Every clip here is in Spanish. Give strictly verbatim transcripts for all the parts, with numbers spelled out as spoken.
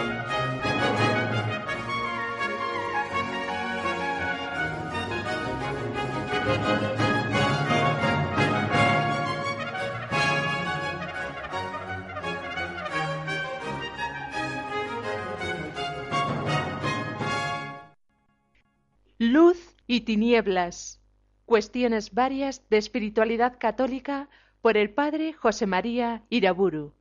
Luz y tinieblas. Cuestiones varias de espiritualidad católica por el padre José María Iraburu.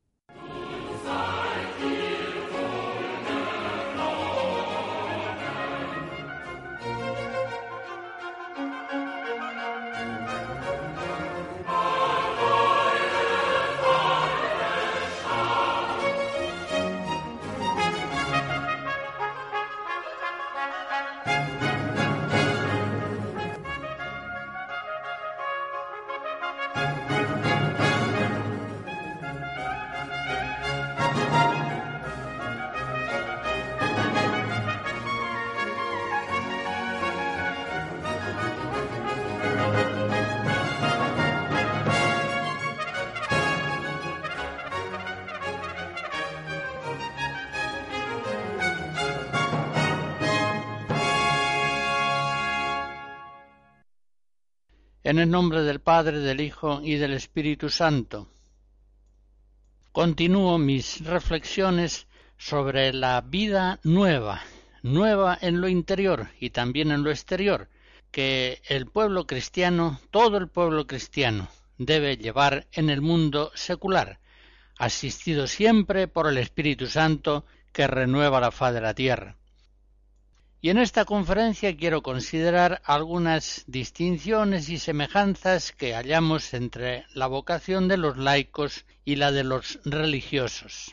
En el nombre del Padre, del Hijo y del Espíritu Santo. Continúo mis reflexiones sobre la vida nueva, nueva en lo interior y también en lo exterior, que el pueblo cristiano, todo el pueblo cristiano, debe llevar en el mundo secular, asistido siempre por el Espíritu Santo que renueva la faz de la tierra. Y en esta conferencia quiero considerar algunas distinciones y semejanzas que hallamos entre la vocación de los laicos y la de los religiosos.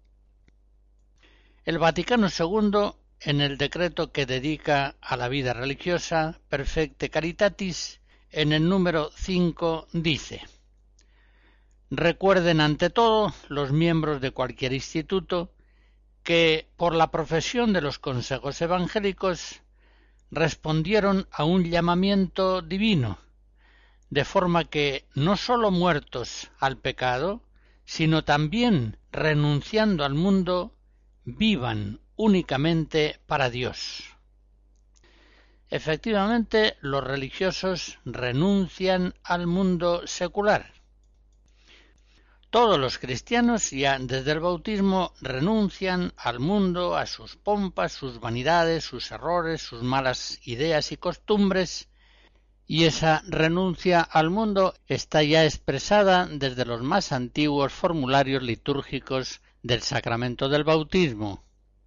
El Vaticano segundo, en el decreto que dedica a la vida religiosa, Perfecte Caritatis, en el número cinco, dice: recuerden ante todo los miembros de cualquier instituto que, por la profesión de los consejos evangélicos, respondieron a un llamamiento divino, de forma que, no sólo muertos al pecado, sino también renunciando al mundo, vivan únicamente para Dios. Efectivamente, los religiosos renuncian al mundo secular. Todos los cristianos ya desde el bautismo renuncian al mundo, a sus pompas, sus vanidades, sus errores, sus malas ideas y costumbres, y esa renuncia al mundo está ya expresada desde los más antiguos formularios litúrgicos del sacramento del bautismo.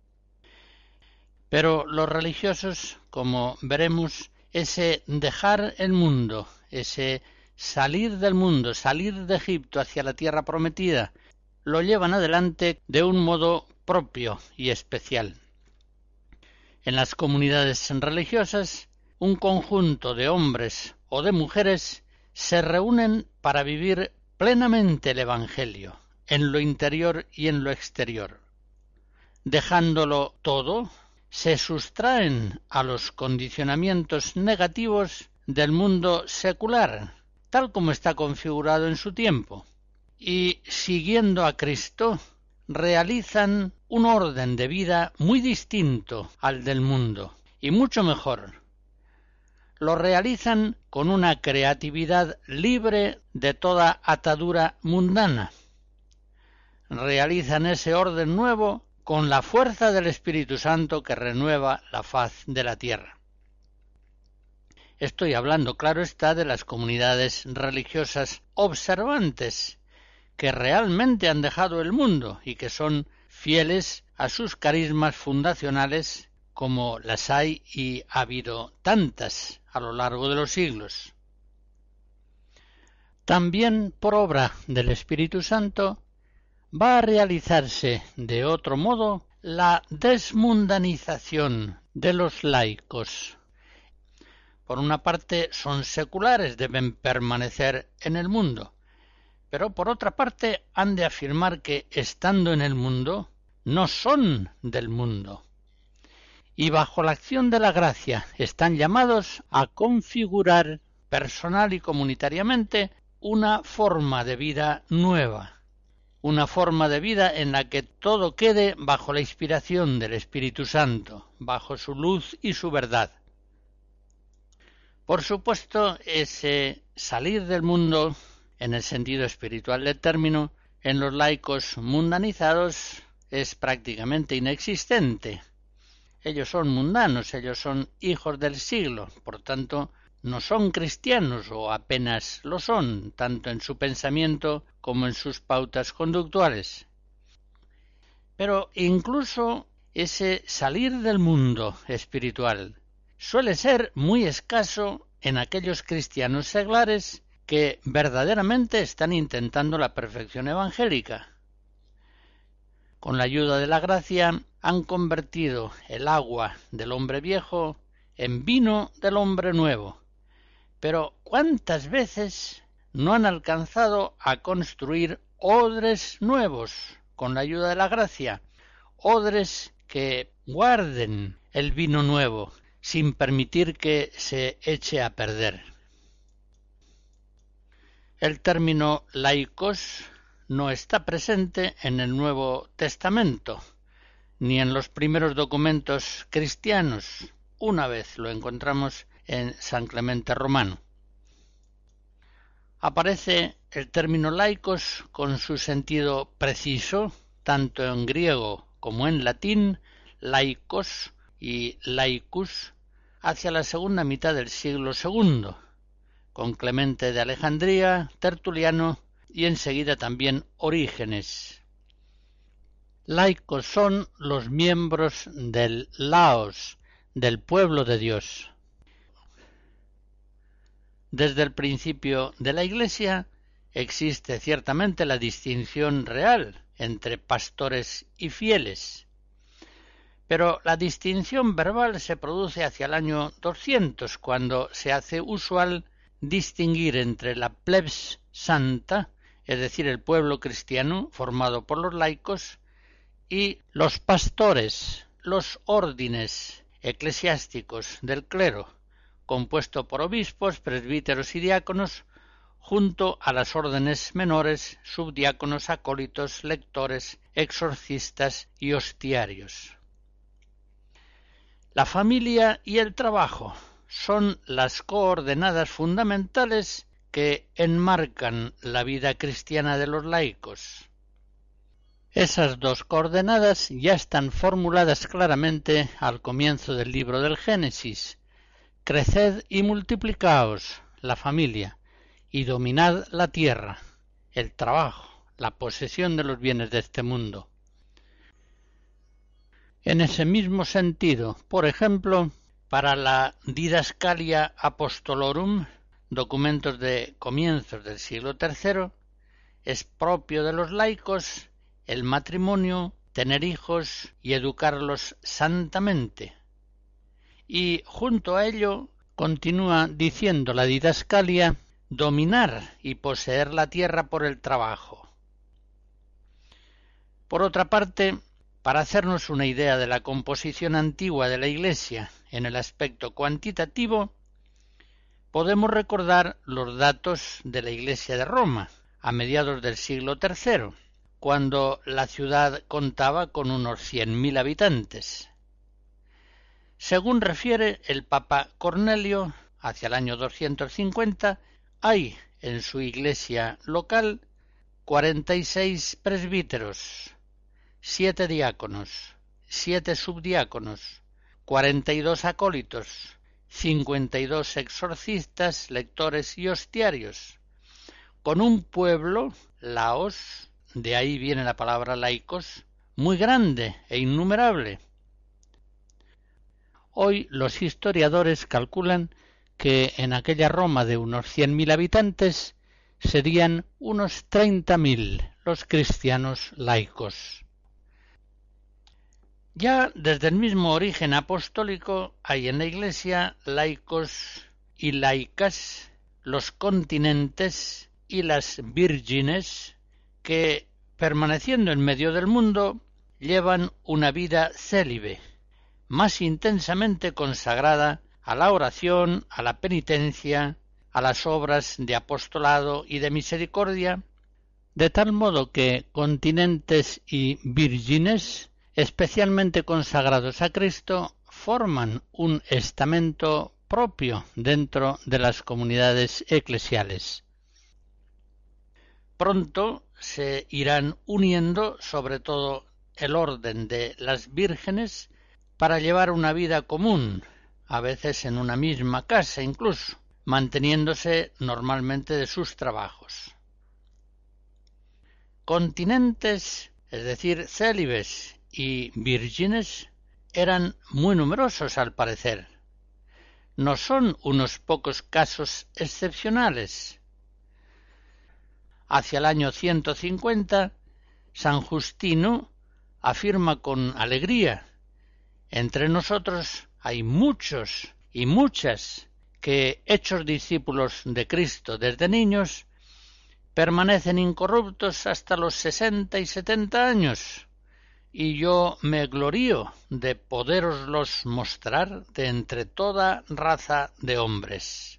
Pero los religiosos, como veremos, ese dejar el mundo, ese salir del mundo, salir de Egipto hacia la tierra prometida, lo llevan adelante de un modo propio y especial. En las comunidades religiosas, un conjunto de hombres o de mujeres se reúnen para vivir plenamente el Evangelio, en lo interior y en lo exterior. Dejándolo todo, se sustraen a los condicionamientos negativos del mundo secular, tal como está configurado en su tiempo, y, siguiendo a Cristo, realizan un orden de vida muy distinto al del mundo, y mucho mejor. Lo realizan con una creatividad libre de toda atadura mundana. Realizan ese orden nuevo con la fuerza del Espíritu Santo que renueva la faz de la tierra. Estoy hablando, claro está, de las comunidades religiosas observantes, que realmente han dejado el mundo y que son fieles a sus carismas fundacionales, como las hay y ha habido tantas a lo largo de los siglos. También por obra del Espíritu Santo va a realizarse de otro modo la desmundanización de los laicos. Por una parte son seculares, deben permanecer en el mundo, pero por otra parte han de afirmar que, estando en el mundo, no son del mundo. Y bajo la acción de la gracia están llamados a configurar personal y comunitariamente una forma de vida nueva. una forma de vida en la que todo quede bajo la inspiración del Espíritu Santo, bajo su luz y su verdad. Por supuesto, ese salir del mundo, en el sentido espiritual del término, en los laicos mundanizados es prácticamente inexistente. Ellos son mundanos, ellos son hijos del siglo, por tanto, no son cristianos o apenas lo son, tanto en su pensamiento como en sus pautas conductuales. Pero incluso ese salir del mundo espiritual suele ser muy escaso en aquellos cristianos seglares que verdaderamente están intentando la perfección evangélica. Con la ayuda de la gracia han convertido el agua del hombre viejo en vino del hombre nuevo. Pero ¿cuántas veces no han alcanzado a construir odres nuevos con la ayuda de la gracia? Odres que guarden el vino nuevo sin permitir que se eche a perder. El término laicos no está presente en el Nuevo Testamento, ni en los primeros documentos cristianos. Una vez lo encontramos en San Clemente Romano. Aparece el término laicos con su sentido preciso, tanto en griego como en latín, laicos y laicus, hacia la segunda mitad del siglo segundo, con Clemente de Alejandría, Tertuliano y enseguida también Orígenes. Laicos son los miembros del laos, del pueblo de Dios. Desde el principio de la Iglesia existe ciertamente la distinción real entre pastores y fieles, pero la distinción verbal se produce hacia el año doscientos, cuando se hace usual distinguir entre la plebs santa, es decir, el pueblo cristiano formado por los laicos, y los pastores, los órdenes eclesiásticos del clero, compuesto por obispos, presbíteros y diáconos, junto a las órdenes menores, subdiáconos, acólitos, lectores, exorcistas y hostiarios. La familia y el trabajo son las coordenadas fundamentales que enmarcan la vida cristiana de los laicos. Esas dos coordenadas ya están formuladas claramente al comienzo del libro del Génesis. Creced y multiplicaos, la familia, y dominad la tierra, el trabajo, la posesión de los bienes de este mundo. En ese mismo sentido, por ejemplo, para la Didascalia Apostolorum, documentos de comienzos del siglo tercero, es propio de los laicos el matrimonio, tener hijos y educarlos santamente. Y junto a ello continúa diciendo la Didascalia, dominar y poseer la tierra por el trabajo. Por otra parte, para hacernos una idea de la composición antigua de la Iglesia en el aspecto cuantitativo, podemos recordar los datos de la Iglesia de Roma a mediados del siglo tercero, cuando la ciudad contaba con unos cien mil habitantes. Según refiere el Papa Cornelio, hacia el año doscientos cincuenta, hay en su iglesia local cuarenta y seis presbíteros, siete diáconos, siete subdiáconos, cuarenta y dos acólitos, cincuenta y dos exorcistas, lectores y hostiarios, con un pueblo, laos, de ahí viene la palabra laicos, muy grande e innumerable. Hoy los historiadores calculan que en aquella Roma de unos cien mil habitantes serían unos treinta mil los cristianos laicos. Ya desde el mismo origen apostólico hay en la Iglesia laicos y laicas, los continentes y las vírgenes, que, permaneciendo en medio del mundo, llevan una vida célibe, más intensamente consagrada a la oración, a la penitencia, a las obras de apostolado y de misericordia, de tal modo que continentes y vírgenes, especialmente consagrados a Cristo, forman un estamento propio dentro de las comunidades eclesiales. Pronto se irán uniendo, sobre todo el orden de las vírgenes, para llevar una vida común, a veces en una misma casa incluso, manteniéndose normalmente de sus trabajos. Continentes, es decir, célibes y vírgenes, eran muy numerosos al parecer. No son unos pocos casos excepcionales. Hacia el año ciento cincuenta, San Justino afirma con alegría: entre nosotros hay muchos y muchas que, hechos discípulos de Cristo desde niños, permanecen incorruptos hasta los sesenta y setenta años, y yo me glorío de podéroslos mostrar de entre toda raza de hombres.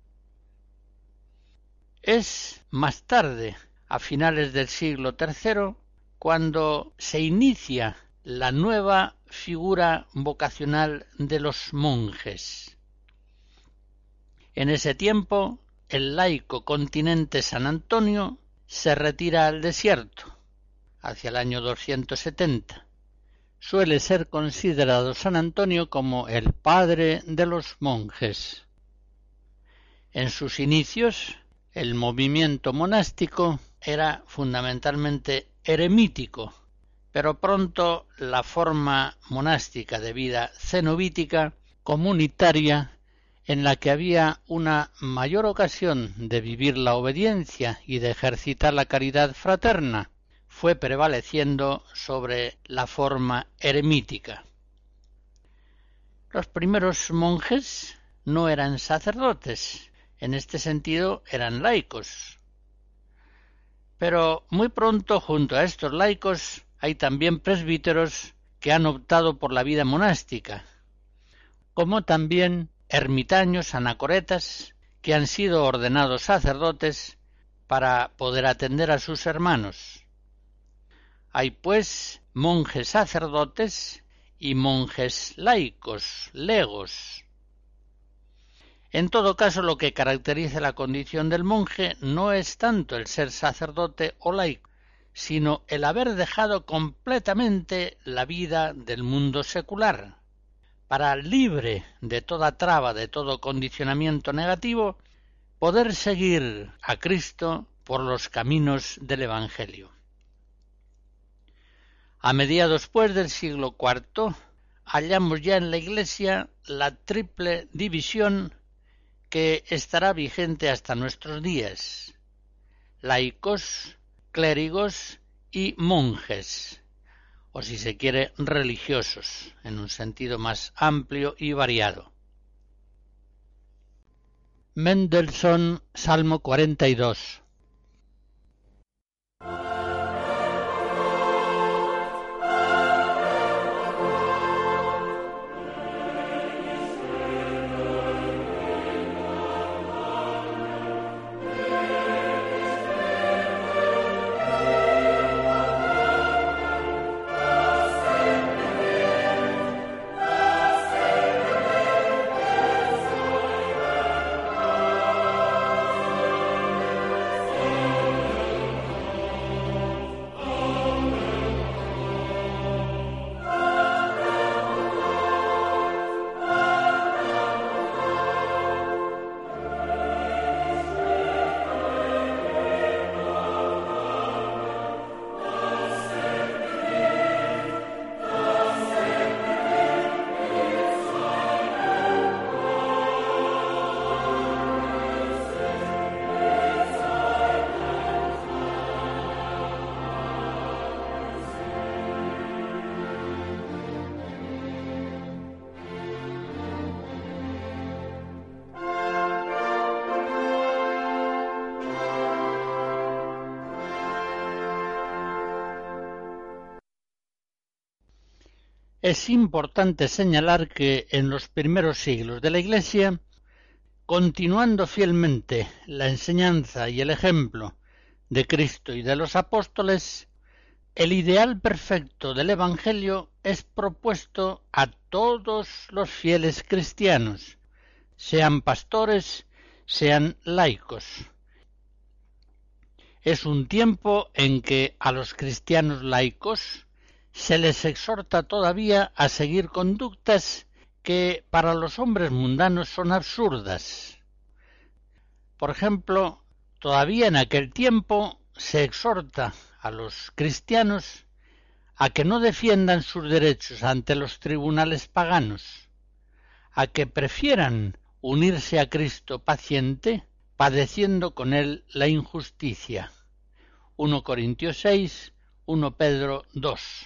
Es más tarde, a finales del siglo tercero, cuando se inicia la nueva figura vocacional de los monjes. En ese tiempo, el laico continente San Antonio se retira al desierto, hacia el año doscientos setenta. Suele ser considerado San Antonio como el padre de los monjes. En sus inicios, el movimiento monástico era fundamentalmente eremítico, pero pronto la forma monástica de vida cenobítica, comunitaria, en la que había una mayor ocasión de vivir la obediencia y de ejercitar la caridad fraterna, fue prevaleciendo sobre la forma eremítica. Los primeros monjes no eran sacerdotes, en este sentido eran laicos. Pero muy pronto, junto a estos laicos, hay también presbíteros que han optado por la vida monástica, como también ermitaños anacoretas que han sido ordenados sacerdotes para poder atender a sus hermanos. Hay pues monjes sacerdotes y monjes laicos, legos. En todo caso, lo que caracteriza la condición del monje no es tanto el ser sacerdote o laico, sino el haber dejado completamente la vida del mundo secular, para, libre de toda traba, de todo condicionamiento negativo, poder seguir a Cristo por los caminos del Evangelio. A mediados pues del siglo cuarto, hallamos ya en la Iglesia la triple división que estará vigente hasta nuestros días: laicos, clérigos y monjes, o si se quiere, religiosos, en un sentido más amplio y variado. Mendelssohn, Salmo cuarenta y dos. Es importante señalar que en los primeros siglos de la Iglesia, continuando fielmente la enseñanza y el ejemplo de Cristo y de los apóstoles, el ideal perfecto del Evangelio es propuesto a todos los fieles cristianos, sean pastores, sean laicos. Es un tiempo en que a los cristianos laicos se les exhorta todavía a seguir conductas que para los hombres mundanos son absurdas. Por ejemplo, todavía en aquel tiempo se exhorta a los cristianos a que no defiendan sus derechos ante los tribunales paganos, a que prefieran unirse a Cristo paciente, padeciendo con él la injusticia. primera Corintios seis, primera Pedro dos.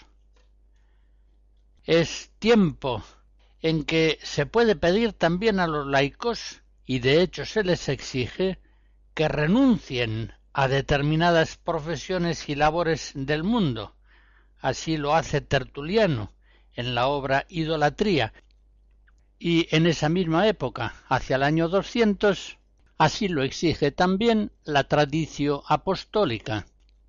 Es tiempo en que se puede pedir también a los laicos, y de hecho se les exige, que renuncien a determinadas profesiones y labores del mundo. Así lo hace Tertuliano en la obra Idolatría, y en esa misma época, hacia el año doscientos, así lo exige también la tradición apostólica.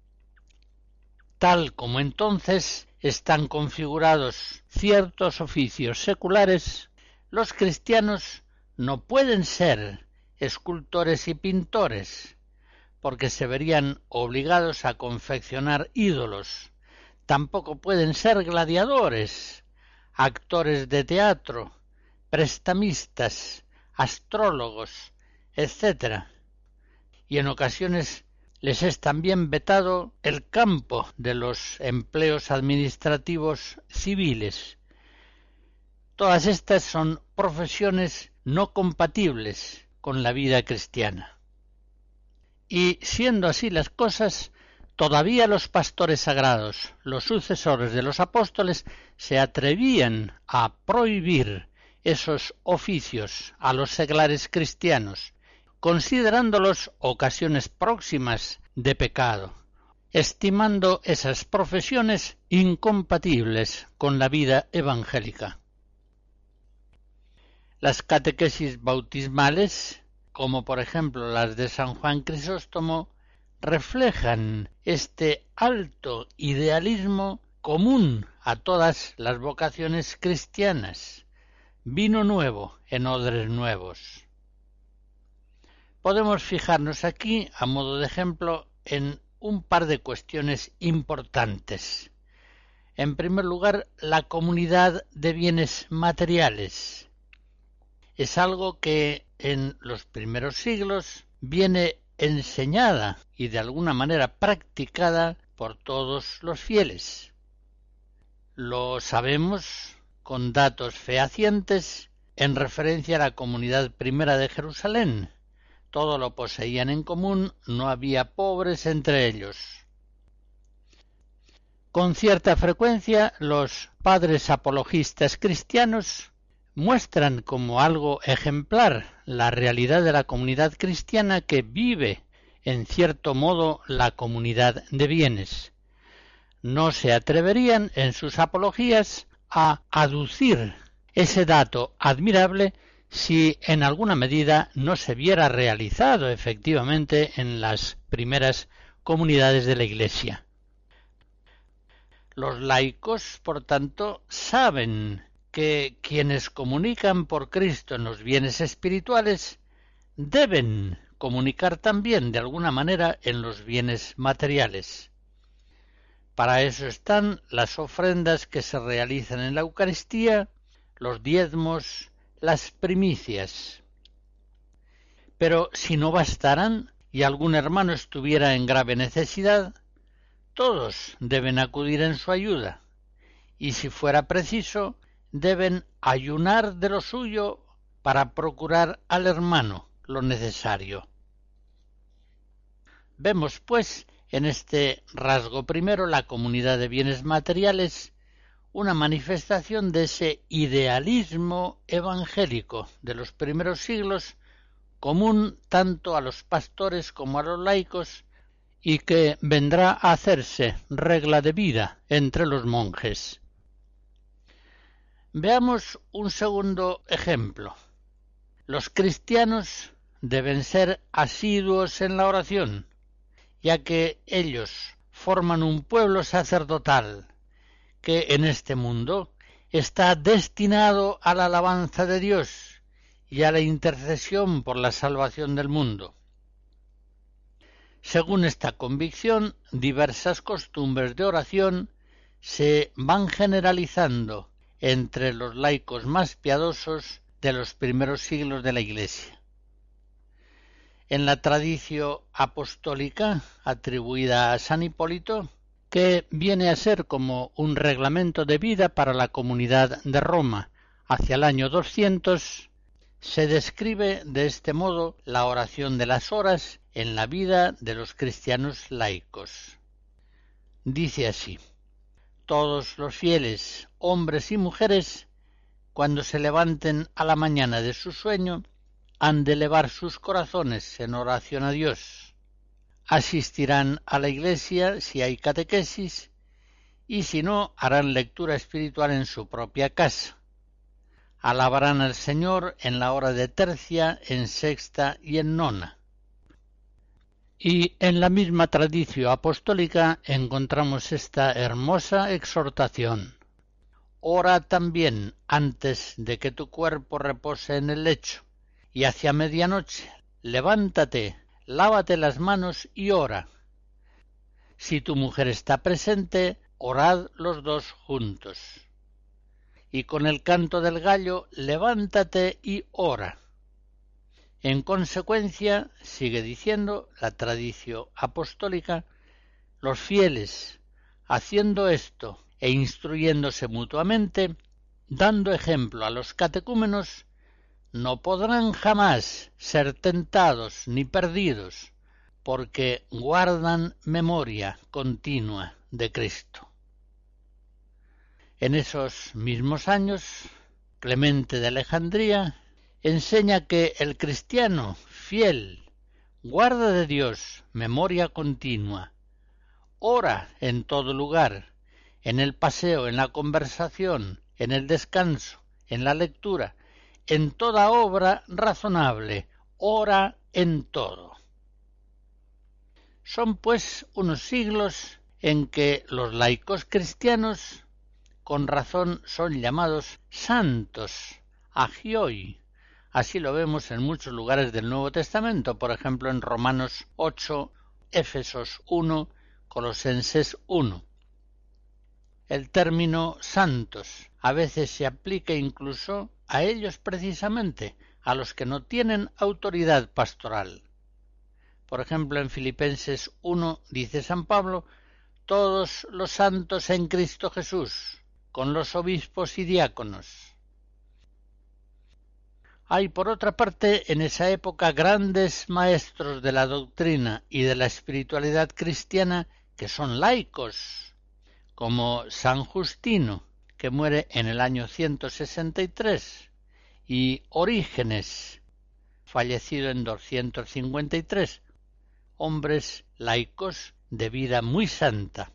Tal como entonces están configurados ciertos oficios seculares, los cristianos no pueden ser escultores y pintores, porque se verían obligados a confeccionar ídolos. Tampoco pueden ser gladiadores, actores de teatro, prestamistas, astrólogos, etcétera. Y en ocasiones les es también vetado el campo de los empleos administrativos civiles. Todas estas son profesiones no compatibles con la vida cristiana. Y siendo así las cosas, todavía los pastores sagrados, los sucesores de los apóstoles, se atrevían a prohibir esos oficios a los seglares cristianos, considerándolos ocasiones próximas de pecado, estimando esas profesiones incompatibles con la vida evangélica. Las catequesis bautismales, como por ejemplo las de San Juan Crisóstomo, reflejan este alto idealismo común a todas las vocaciones cristianas, vino nuevo en odres nuevos. Podemos fijarnos aquí, a modo de ejemplo, en un par de cuestiones importantes. En primer lugar, la comunidad de bienes materiales. Es algo que en los primeros siglos viene enseñada y de alguna manera practicada por todos los fieles. Lo sabemos con datos fehacientes en referencia a la comunidad primera de Jerusalén. Todo lo poseían en común, no había pobres entre ellos. Con cierta frecuencia, los padres apologistas cristianos muestran como algo ejemplar la realidad de la comunidad cristiana que vive, en cierto modo, la comunidad de bienes. No se atreverían en sus apologías a aducir ese dato admirable si en alguna medida no se viera realizado efectivamente en las primeras comunidades de la Iglesia. Los laicos, por tanto, saben que quienes comunican por Cristo en los bienes espirituales deben comunicar también de alguna manera en los bienes materiales. Para eso están las ofrendas que se realizan en la Eucaristía, los diezmos, las primicias. Pero si no bastaran y algún hermano estuviera en grave necesidad, todos deben acudir en su ayuda, y si fuera preciso, deben ayunar de lo suyo para procurar al hermano lo necesario. Vemos, pues, en este rasgo primero la comunidad de bienes materiales, una manifestación de ese idealismo evangélico de los primeros siglos, común tanto a los pastores como a los laicos, y que vendrá a hacerse regla de vida entre los monjes. Veamos un segundo ejemplo. Los cristianos deben ser asiduos en la oración, ya que ellos forman un pueblo sacerdotal que en este mundo está destinado a la alabanza de Dios y a la intercesión por la salvación del mundo. Según esta convicción, diversas costumbres de oración se van generalizando entre los laicos más piadosos de los primeros siglos de la Iglesia. En la tradición apostólica atribuida a San Hipólito, que viene a ser como un reglamento de vida para la comunidad de Roma hacia el año doscientos, se describe de este modo la oración de las horas en la vida de los cristianos laicos. Dice así: todos los fieles, hombres y mujeres, cuando se levanten a la mañana de su sueño, han de elevar sus corazones en oración a Dios. Asistirán a la iglesia si hay catequesis, y si no, harán lectura espiritual en su propia casa. Alabarán al Señor en la hora de tercia, en sexta y en nona. Y en la misma tradición apostólica encontramos esta hermosa exhortación: ora también antes de que tu cuerpo repose en el lecho, y hacia medianoche levántate, lávate las manos y ora. Si tu mujer está presente, orad los dos juntos. Y con el canto del gallo, levántate y ora. En consecuencia, sigue diciendo la tradición apostólica, los fieles, haciendo esto e instruyéndose mutuamente, dando ejemplo a los catecúmenos, no podrán jamás ser tentados ni perdidos, porque guardan memoria continua de Cristo. En esos mismos años, Clemente de Alejandría enseña que el cristiano fiel guarda de Dios memoria continua, ora en todo lugar, en el paseo, en la conversación, en el descanso, en la lectura, en toda obra razonable, ora en todo. Son pues unos siglos en que los laicos cristianos con razón son llamados santos, agioi. Así lo vemos en muchos lugares del Nuevo Testamento, por ejemplo en Romanos ocho, Éfesos uno, Colosenses uno. El término santos a veces se aplica incluso a ellos precisamente, a los que no tienen autoridad pastoral. Por ejemplo, en Filipenses uno dice San Pablo: todos los santos en Cristo Jesús, con los obispos y diáconos. Hay, por otra parte, en esa época grandes maestros de la doctrina y de la espiritualidad cristiana que son laicos, como San Justino, que muere en el año ciento sesenta y tres, y Orígenes, fallecido en doscientos cincuenta y tres, hombres laicos de vida muy santa.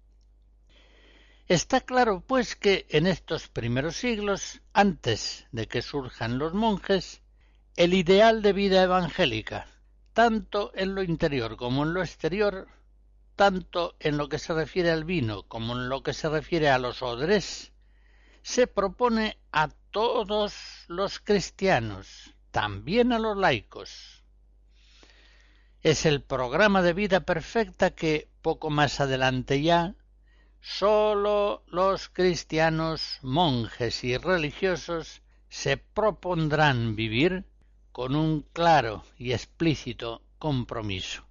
Está claro, pues, que en estos primeros siglos, antes de que surjan los monjes, el ideal de vida evangélica, tanto en lo interior como en lo exterior, tanto en lo que se refiere al vino como en lo que se refiere a los odres, se propone a todos los cristianos, también a los laicos. Es el programa de vida perfecta que, poco más adelante ya, sólo los cristianos, monjes y religiosos se propondrán vivir con un claro y explícito compromiso.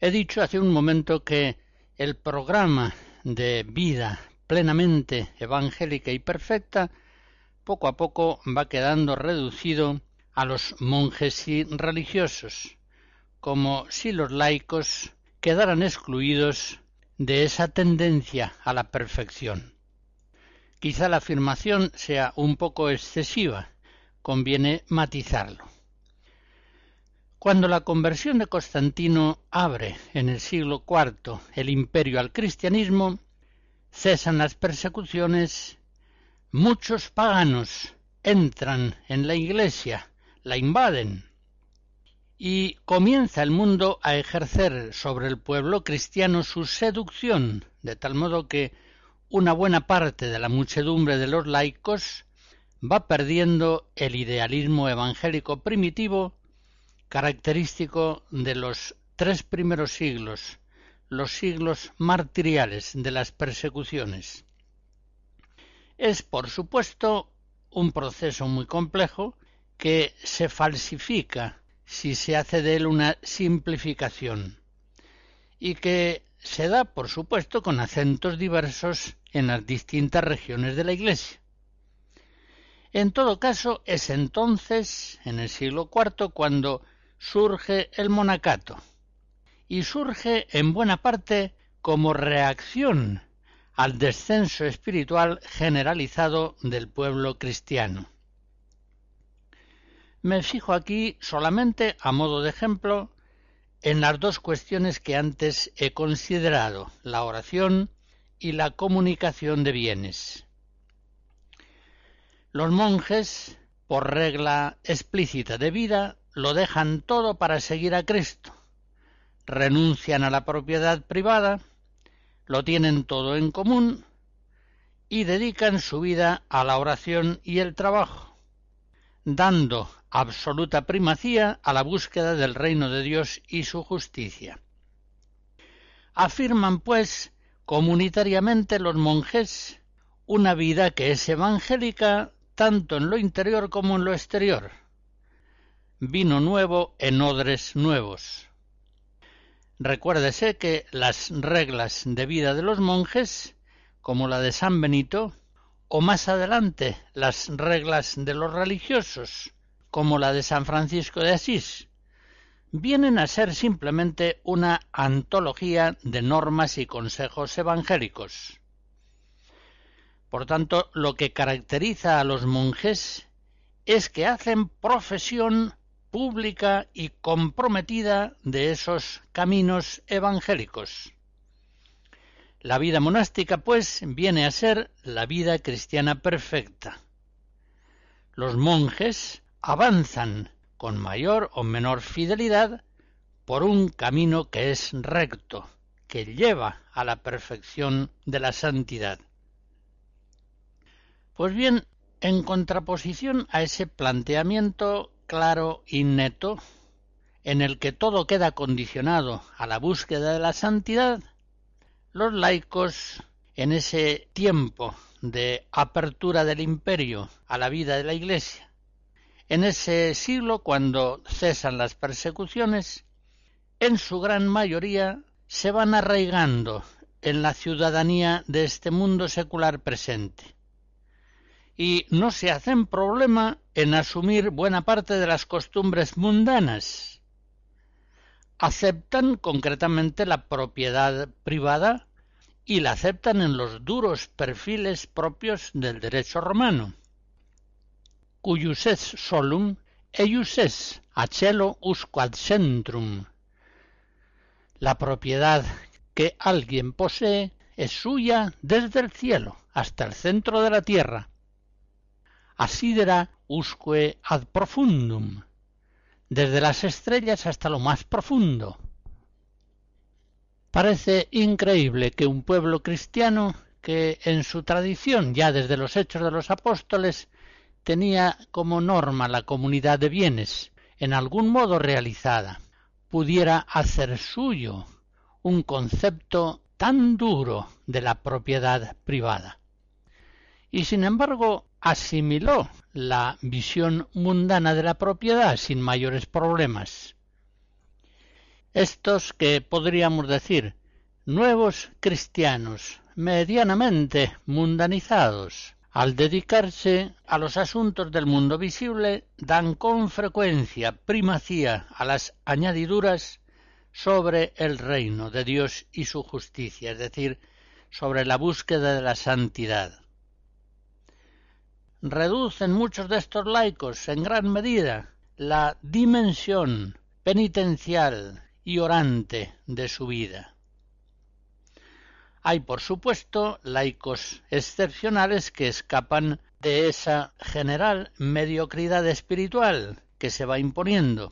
He dicho hace un momento que el programa de vida plenamente evangélica y perfecta poco a poco va quedando reducido a los monjes y religiosos, como si los laicos quedaran excluidos de esa tendencia a la perfección. Quizá la afirmación sea un poco excesiva, conviene matizarlo. Cuando la conversión de Constantino abre en el siglo cuarto el imperio al cristianismo, cesan las persecuciones, muchos paganos entran en la Iglesia, la invaden, y comienza el mundo a ejercer sobre el pueblo cristiano su seducción, de tal modo que una buena parte de la muchedumbre de los laicos va perdiendo el idealismo evangélico primitivo, característico de los tres primeros siglos, los siglos martiriales de las persecuciones. Es, por supuesto, un proceso muy complejo que se falsifica si se hace de él una simplificación, y que se da, por supuesto, con acentos diversos en las distintas regiones de la Iglesia. En todo caso, es entonces, en el siglo cuarto, cuando surge el monacato, y surge en buena parte como reacción al descenso espiritual generalizado del pueblo cristiano. Me fijo aquí solamente, a modo de ejemplo, en las dos cuestiones que antes he considerado, la oración y la comunicación de bienes. Los monjes, por regla explícita de vida, lo dejan todo para seguir a Cristo. Renuncian a la propiedad privada, lo tienen todo en común y dedican su vida a la oración y el trabajo, dando absoluta primacía a la búsqueda del reino de Dios y su justicia. Afirman, pues, comunitariamente los monjes una vida que es evangélica tanto en lo interior como en lo exterior. Vino nuevo en odres nuevos. Recuérdese que las reglas de vida de los monjes, como la de San Benito, o más adelante las reglas de los religiosos, como la de San Francisco de Asís, vienen a ser simplemente una antología de normas y consejos evangélicos. Por tanto, lo que caracteriza a los monjes es que hacen profesión pública y comprometida de esos caminos evangélicos. La vida monástica, pues, viene a ser la vida cristiana perfecta. Los monjes avanzan con mayor o menor fidelidad por un camino que es recto, que lleva a la perfección de la santidad. Pues bien, en contraposición a ese planteamiento claro y neto, en el que todo queda condicionado a la búsqueda de la santidad, los laicos, en ese tiempo de apertura del imperio a la vida de la Iglesia, en ese siglo cuando cesan las persecuciones, en su gran mayoría se van arraigando en la ciudadanía de este mundo secular presente, y no se hacen problema en asumir buena parte de las costumbres mundanas. Aceptan concretamente la propiedad privada y la aceptan en los duros perfiles propios del derecho romano. Cuius es solum, eius es a cielo usque ad centrum. La propiedad que alguien posee es suya desde el cielo hasta el centro de la tierra. Asidera usque ad profundum, desde las estrellas hasta lo más profundo. Parece increíble que un pueblo cristiano que en su tradición, ya desde los Hechos de los Apóstoles, tenía como norma la comunidad de bienes, en algún modo realizada, pudiera hacer suyo un concepto tan duro de la propiedad privada. Y sin embargo, asimiló la visión mundana de la propiedad sin mayores problemas. Estos que podríamos decir nuevos cristianos, medianamente mundanizados, al dedicarse a los asuntos del mundo visible, dan con frecuencia primacía a las añadiduras sobre el reino de Dios y su justicia, es decir, sobre la búsqueda de la santidad. Reducen muchos de estos laicos en gran medida la dimensión penitencial y orante de su vida. Hay, por supuesto, laicos excepcionales que escapan de esa general mediocridad espiritual que se va imponiendo.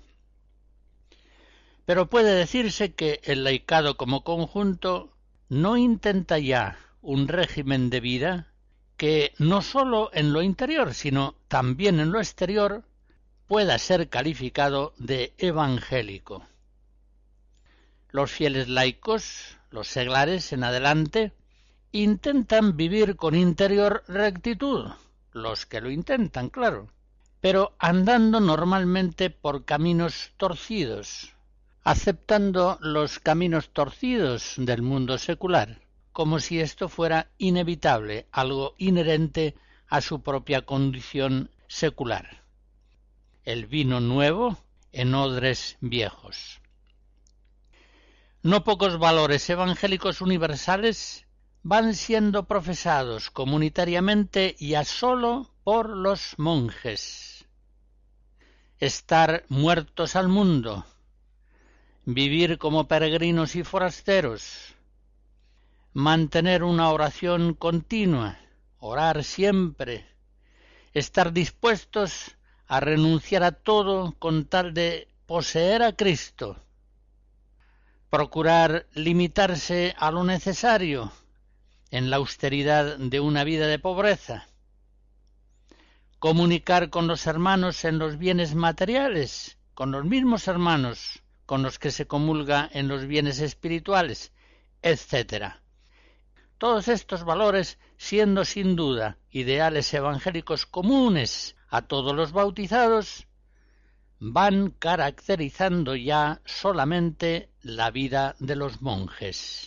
Pero puede decirse que el laicado como conjunto no intenta ya un régimen de vida que no sólo en lo interior, sino también en lo exterior, pueda ser calificado de evangélico. Los fieles laicos, los seglares en adelante, intentan vivir con interior rectitud, los que lo intentan, claro, pero andando normalmente por caminos torcidos, aceptando los caminos torcidos del mundo secular, como si esto fuera inevitable, algo inherente a su propia condición secular. El vino nuevo en odres viejos. No pocos valores evangélicos universales van siendo profesados comunitariamente ya sólo por los monjes. Estar muertos al mundo, vivir como peregrinos y forasteros, mantener una oración continua, orar siempre, estar dispuestos a renunciar a todo con tal de poseer a Cristo, procurar limitarse a lo necesario en la austeridad de una vida de pobreza, comunicar con los hermanos en los bienes materiales, con los mismos hermanos con los que se comulga en los bienes espirituales, etcétera. Todos estos valores, siendo sin duda ideales evangélicos comunes a todos los bautizados, van caracterizando ya solamente la vida de los monjes.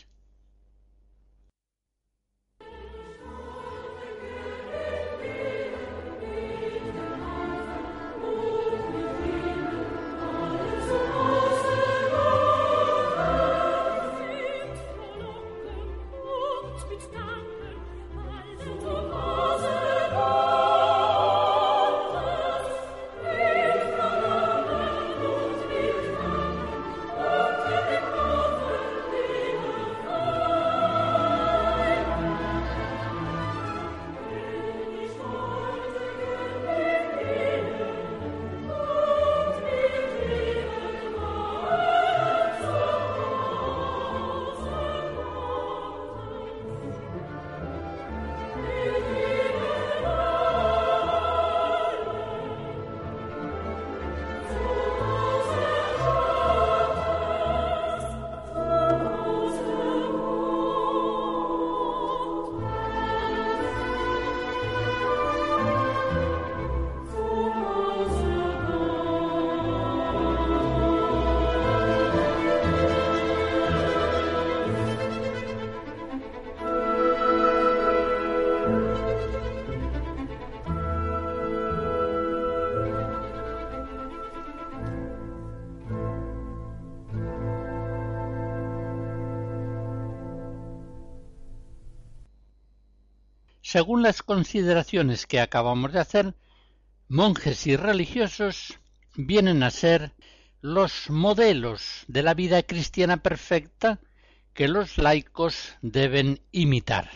Según las consideraciones que acabamos de hacer, monjes y religiosos vienen a ser los modelos de la vida cristiana perfecta que los laicos deben imitar.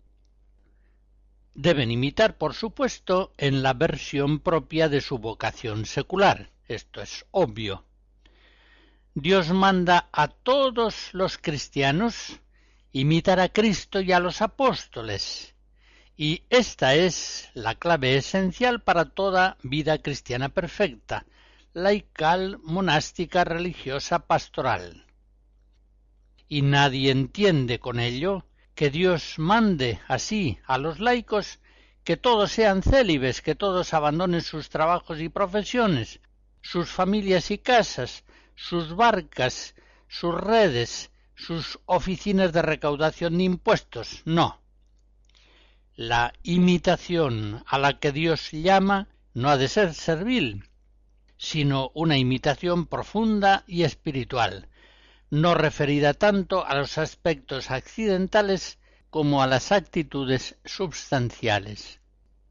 Deben imitar, por supuesto, en la versión propia de su vocación secular. Esto es obvio. Dios manda a todos los cristianos imitar a Cristo y a los apóstoles, y esta es la clave esencial para toda vida cristiana perfecta, laical, monástica, religiosa, pastoral. Y nadie entiende con ello que Dios mande así a los laicos que todos sean célibes, que todos abandonen sus trabajos y profesiones, sus familias y casas, sus barcas, sus redes, sus oficinas de recaudación de impuestos. No. La imitación a la que Dios llama no ha de ser servil, sino una imitación profunda y espiritual, no referida tanto a los aspectos accidentales como a las actitudes substanciales.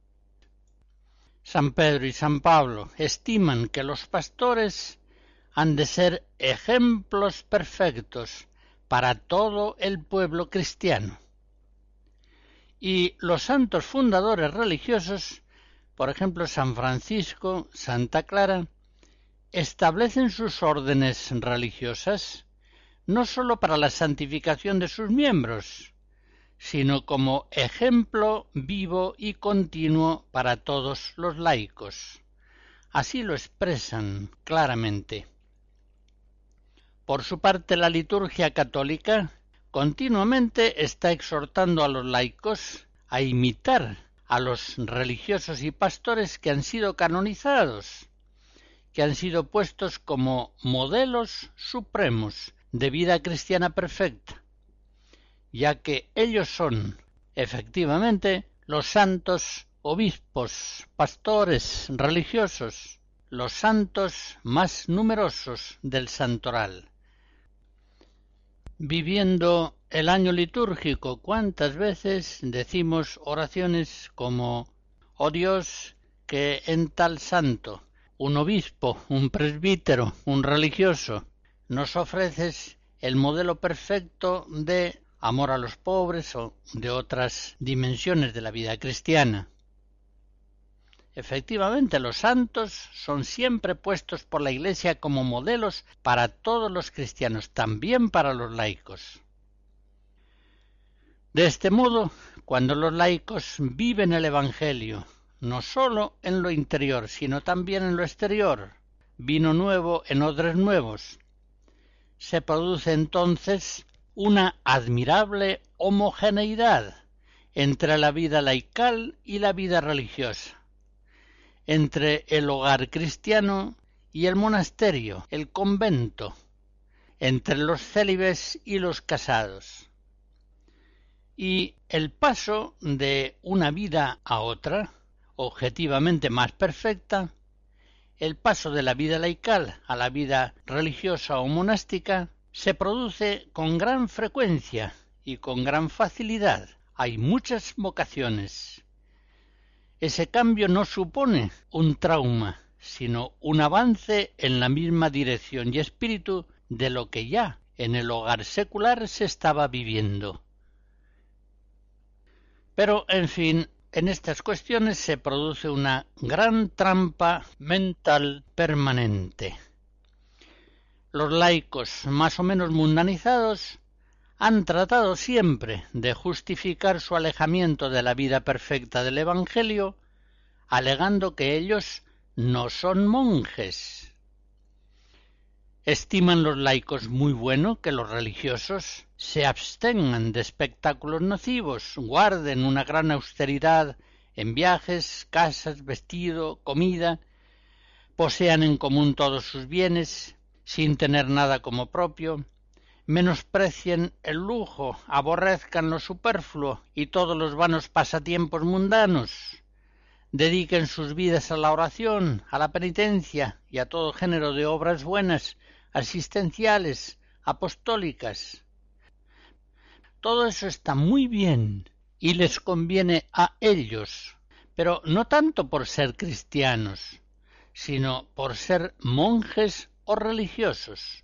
San Pedro y San Pablo estiman que los pastores han de ser ejemplos perfectos para todo el pueblo cristiano. Y los santos fundadores religiosos, por ejemplo San Francisco, Santa Clara, establecen sus órdenes religiosas no sólo para la santificación de sus miembros, sino como ejemplo vivo y continuo para todos los laicos. Así lo expresan claramente. Por su parte, la liturgia católica continuamente está exhortando a los laicos a imitar a los religiosos y pastores que han sido canonizados, que han sido puestos como modelos supremos de vida cristiana perfecta, ya que ellos son, efectivamente, los santos obispos, pastores, religiosos, los santos más numerosos del santoral. Viviendo el año litúrgico, ¿cuántas veces decimos oraciones como: «Oh Dios, que en tal santo, un obispo, un presbítero, un religioso, nos ofreces el modelo perfecto de amor a los pobres o de otras dimensiones de la vida cristiana»? Efectivamente, los santos son siempre puestos por la Iglesia como modelos para todos los cristianos, también para los laicos. De este modo, cuando los laicos viven el Evangelio, no sólo en lo interior, sino también en lo exterior, vino nuevo en odres nuevos, se produce entonces una admirable homogeneidad entre la vida laical y la vida religiosa, entre el hogar cristiano y el monasterio, el convento, entre los célibes y los casados. Y el paso de una vida a otra, objetivamente más perfecta, el paso de la vida laical a la vida religiosa o monástica, se produce con gran frecuencia y con gran facilidad. Hay muchas vocaciones. Ese cambio no supone un trauma, sino un avance en la misma dirección y espíritu de lo que ya en el hogar secular se estaba viviendo. Pero, en fin, en estas cuestiones se produce una gran trampa mental permanente. Los laicos más o menos mundanizados han tratado siempre de justificar su alejamiento de la vida perfecta del Evangelio, alegando que ellos no son monjes. Estiman los laicos muy bueno que los religiosos se abstengan de espectáculos nocivos, guarden una gran austeridad en viajes, casas, vestido, comida, posean en común todos sus bienes, sin tener nada como propio, menosprecien el lujo, aborrezcan lo superfluo y todos los vanos pasatiempos mundanos, dediquen sus vidas a la oración, a la penitencia y a todo género de obras buenas, asistenciales, apostólicas. Todo eso está muy bien y les conviene a ellos, pero no tanto por ser cristianos, sino por ser monjes o religiosos.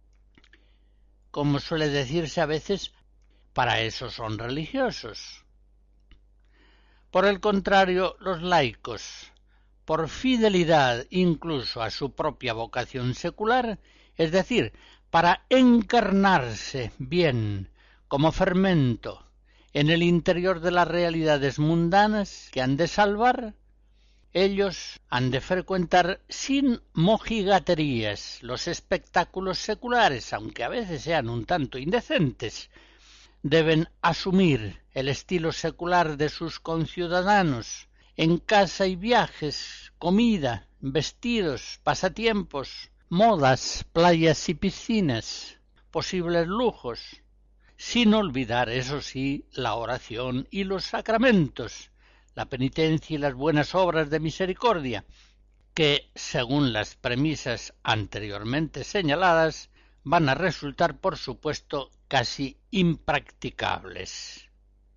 Como suele decirse a veces, para eso son religiosos. Por el contrario, los laicos, por fidelidad incluso a su propia vocación secular, es decir, para encarnarse bien como fermento en el interior de las realidades mundanas que han de salvar, ellos han de frecuentar sin mojigaterías los espectáculos seculares, aunque a veces sean un tanto indecentes. Deben asumir el estilo secular de sus conciudadanos en casa y viajes, comida, vestidos, pasatiempos, modas, playas y piscinas, posibles lujos, sin olvidar, eso sí, la oración y los sacramentos, la penitencia y las buenas obras de misericordia, que, según las premisas anteriormente señaladas, van a resultar, por supuesto, casi impracticables.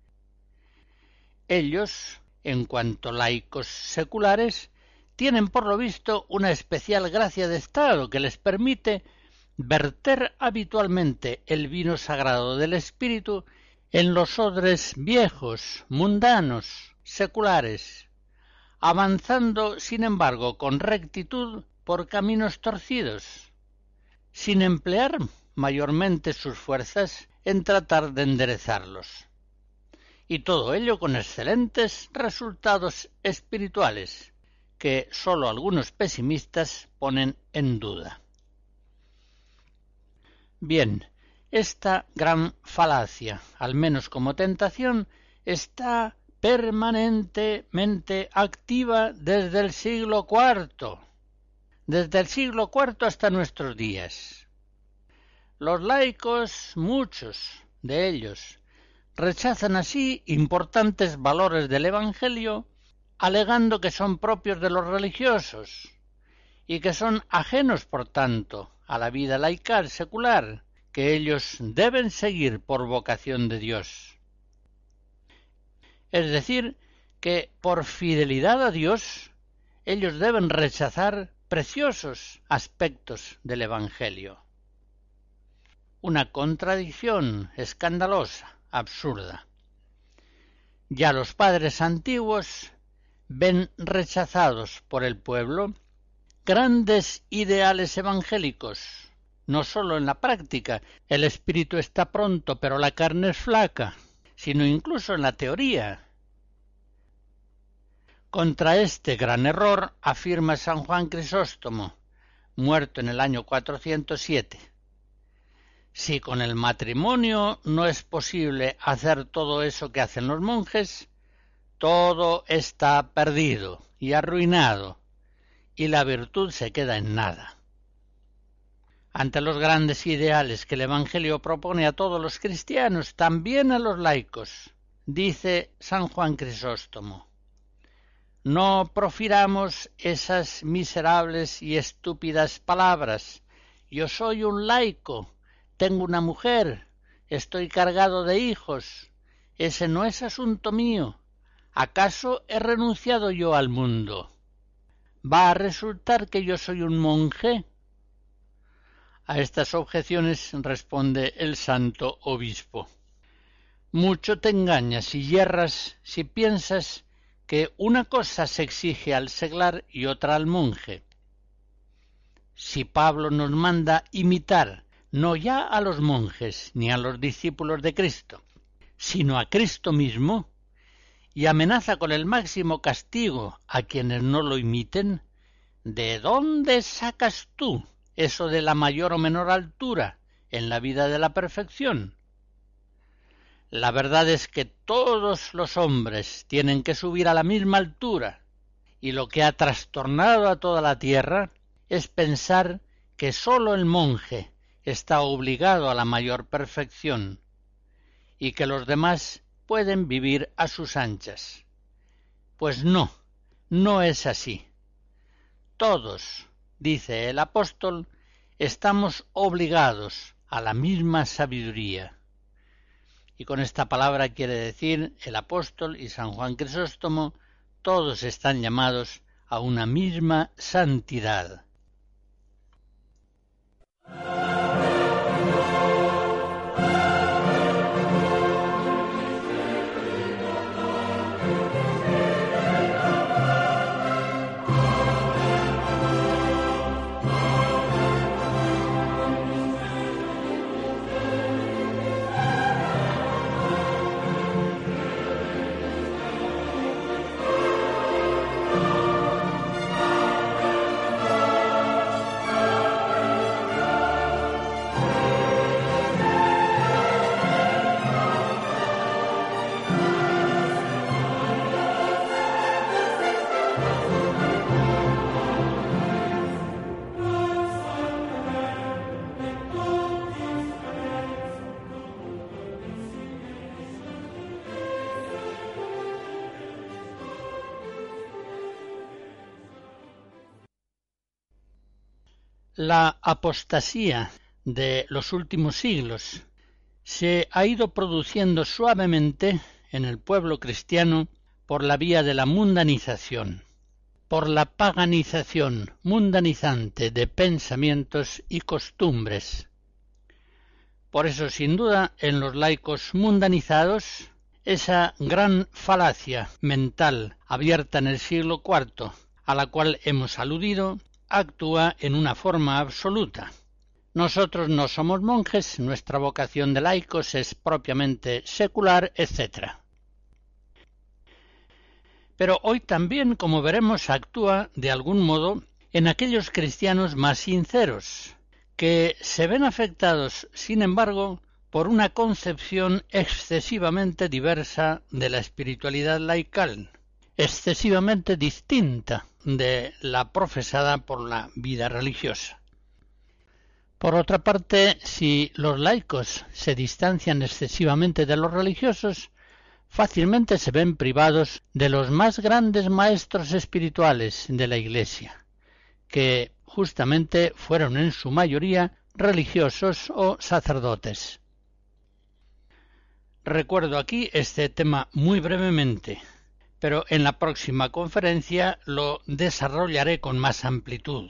Ellos, en cuanto laicos seculares, tienen por lo visto una especial gracia de estado que les permite verter habitualmente el vino sagrado del espíritu en los odres viejos, mundanos, seculares, avanzando, sin embargo, con rectitud por caminos torcidos, sin emplear mayormente sus fuerzas en tratar de enderezarlos. Y todo ello con excelentes resultados espirituales, que sólo algunos pesimistas ponen en duda. Bien, esta gran falacia, al menos como tentación, está permanentemente activa desde el siglo cuarto, desde el siglo cuarto hasta nuestros días. Los laicos, muchos de ellos, rechazan así importantes valores del Evangelio, alegando que son propios de los religiosos y que son ajenos, por tanto, a la vida laical secular, que ellos deben seguir por vocación de Dios. Es decir, que por fidelidad a Dios, ellos deben rechazar preciosos aspectos del Evangelio. Una contradicción escandalosa, absurda. Ya los padres antiguos ven rechazados por el pueblo grandes ideales evangélicos, no sólo en la práctica, el espíritu está pronto pero la carne es flaca, sino incluso en la teoría. Contra este gran error afirma San Juan Crisóstomo, muerto en el año cuatrocientos siete. Si con el matrimonio no es posible hacer todo eso que hacen los monjes, todo está perdido y arruinado, y la virtud se queda en nada. Ante los grandes ideales que el Evangelio propone a todos los cristianos, también a los laicos, dice San Juan Crisóstomo, no profiramos esas miserables y estúpidas palabras. Yo soy un laico, tengo una mujer, estoy cargado de hijos. Ese no es asunto mío. ¿Acaso he renunciado yo al mundo? ¿Va a resultar que yo soy un monje? A estas objeciones responde el santo obispo. Mucho te engañas y yerras si piensas que una cosa se exige al seglar y otra al monje. Si Pablo nos manda imitar no ya a los monjes ni a los discípulos de Cristo, sino a Cristo mismo, y amenaza con el máximo castigo a quienes no lo imiten, ¿de dónde sacas tú eso de la mayor o menor altura en la vida de la perfección? La verdad es que todos los hombres tienen que subir a la misma altura, y lo que ha trastornado a toda la tierra es pensar que sólo el monje está obligado a la mayor perfección, y que los demás pueden vivir a sus anchas. Pues no, no es así. Todos, dice el apóstol, estamos obligados a la misma sabiduría. Y con esta palabra quiere decir el apóstol y San Juan Crisóstomo, todos están llamados a una misma santidad. La apostasía de los últimos siglos se ha ido produciendo suavemente en el pueblo cristiano por la vía de la mundanización, por la paganización mundanizante de pensamientos y costumbres. Por eso, sin duda, en los laicos mundanizados, esa gran falacia mental abierta en el siglo cuarto, a la cual hemos aludido, actúa en una forma absoluta. Nosotros no somos monjes, nuestra vocación de laicos es propiamente secular, etcétera. Pero hoy también, como veremos, actúa de algún modo en aquellos cristianos más sinceros, que se ven afectados, sin embargo, por una concepción excesivamente diversa de la espiritualidad laical, excesivamente distinta de la profesada por la vida religiosa. Por otra parte, si los laicos se distancian excesivamente de los religiosos, fácilmente se ven privados de los más grandes maestros espirituales de la Iglesia, que justamente fueron en su mayoría religiosos o sacerdotes. Recuerdo aquí este tema muy brevemente, pero en la próxima conferencia lo desarrollaré con más amplitud.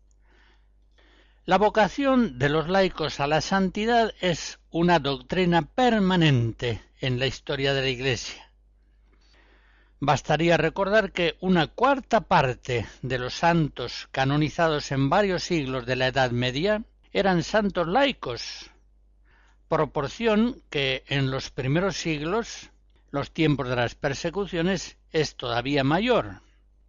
La vocación de los laicos a la santidad es una doctrina permanente en la historia de la Iglesia. Bastaría recordar que una cuarta parte de los santos canonizados en varios siglos de la Edad Media eran santos laicos, proporción que en los primeros siglos, los tiempos de las persecuciones, es todavía mayor.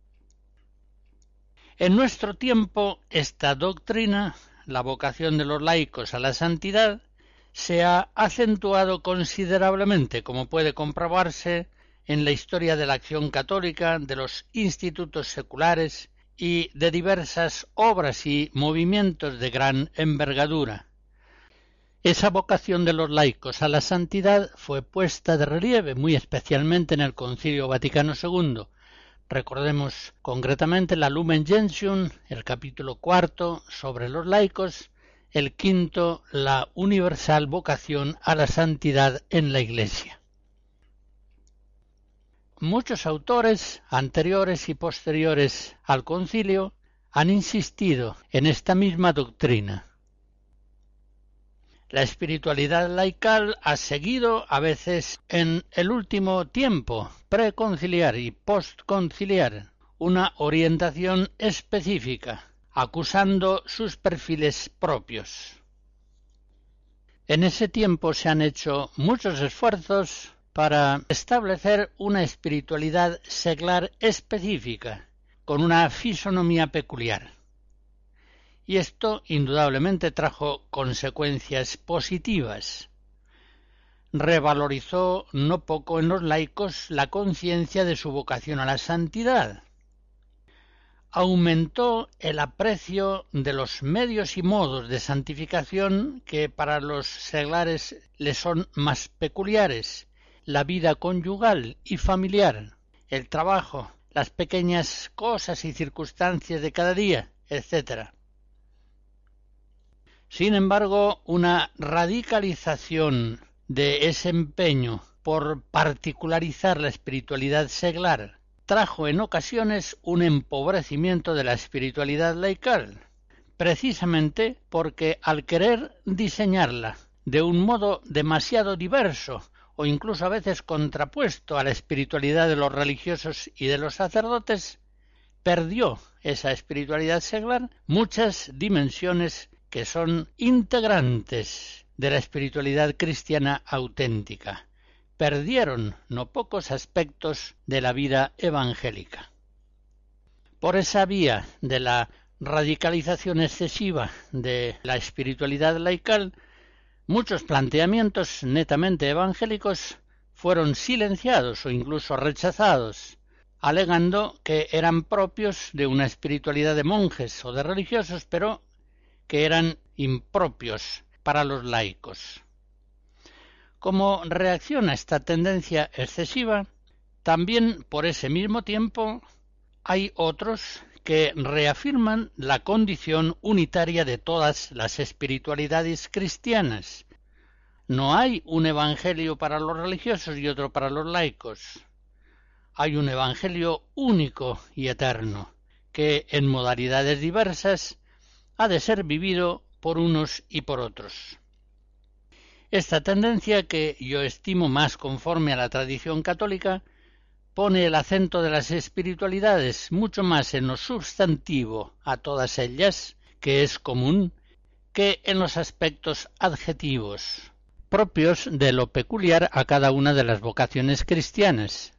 En nuestro tiempo, esta doctrina, la vocación de los laicos a la santidad, se ha acentuado considerablemente, como puede comprobarse en la historia de la acción católica, de los institutos seculares y de diversas obras y movimientos de gran envergadura. Esa vocación de los laicos a la santidad fue puesta de relieve muy especialmente en el Concilio Vaticano segundo. Recordemos concretamente la Lumen Gentium, el capítulo cuarto sobre los laicos, el quinto, la universal vocación a la santidad en la Iglesia. Muchos autores anteriores y posteriores al concilio han insistido en esta misma doctrina. La espiritualidad laical ha seguido a veces en el último tiempo, preconciliar y postconciliar, una orientación específica, acusando sus perfiles propios. En ese tiempo se han hecho muchos esfuerzos para establecer una espiritualidad seglar específica, con una fisonomía peculiar. Y esto indudablemente trajo consecuencias positivas. Revalorizó no poco en los laicos la conciencia de su vocación a la santidad. Aumentó el aprecio de los medios y modos de santificación que para los seglares les son más peculiares, la vida conyugal y familiar, el trabajo, las pequeñas cosas y circunstancias de cada día, etcétera. Sin embargo, una radicalización de ese empeño por particularizar la espiritualidad seglar trajo en ocasiones un empobrecimiento de la espiritualidad laical, precisamente porque al querer diseñarla de un modo demasiado diverso o incluso a veces contrapuesto a la espiritualidad de los religiosos y de los sacerdotes, perdió esa espiritualidad seglar muchas dimensiones que son integrantes de la espiritualidad cristiana auténtica. Perdieron no pocos aspectos de la vida evangélica. Por esa vía de la radicalización excesiva de la espiritualidad laical, muchos planteamientos netamente evangélicos fueron silenciados o incluso rechazados, alegando que eran propios de una espiritualidad de monjes o de religiosos, pero que eran impropios para los laicos. Como reacción a esta tendencia excesiva, también por ese mismo tiempo hay otros que reafirman la condición unitaria de todas las espiritualidades cristianas. No hay un evangelio para los religiosos y otro para los laicos. Hay un evangelio único y eterno, que en modalidades diversas ha de ser vivido por unos y por otros. Esta tendencia, que yo estimo más conforme a la tradición católica, pone el acento de las espiritualidades mucho más en lo substantivo a todas ellas, que es común, que en los aspectos adjetivos, propios de lo peculiar a cada una de las vocaciones cristianas.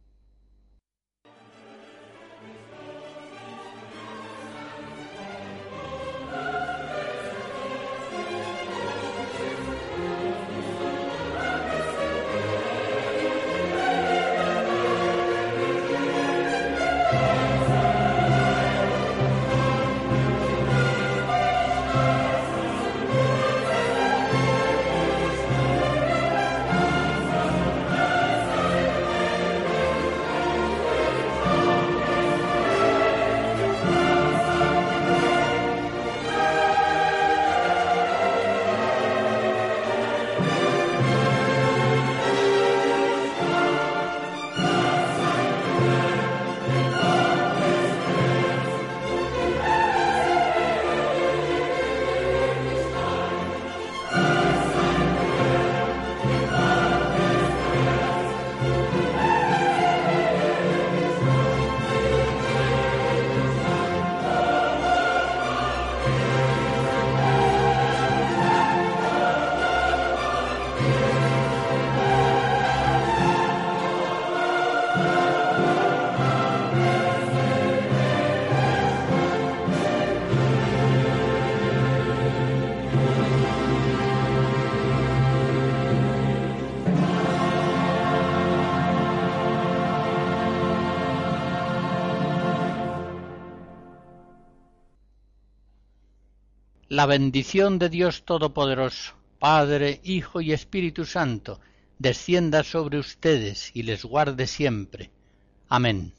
La bendición de Dios Todopoderoso, Padre, Hijo y Espíritu Santo, descienda sobre ustedes y les guarde siempre. Amén.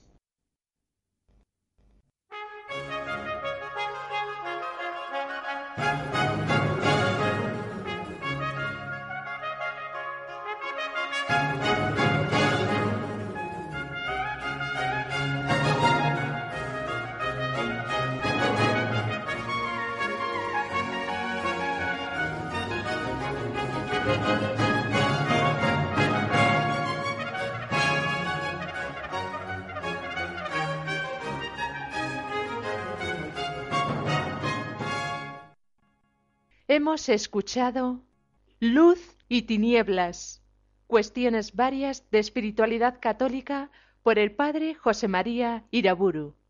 Hemos escuchado Luz y Tinieblas, cuestiones varias de espiritualidad católica por el padre José María Iraburu.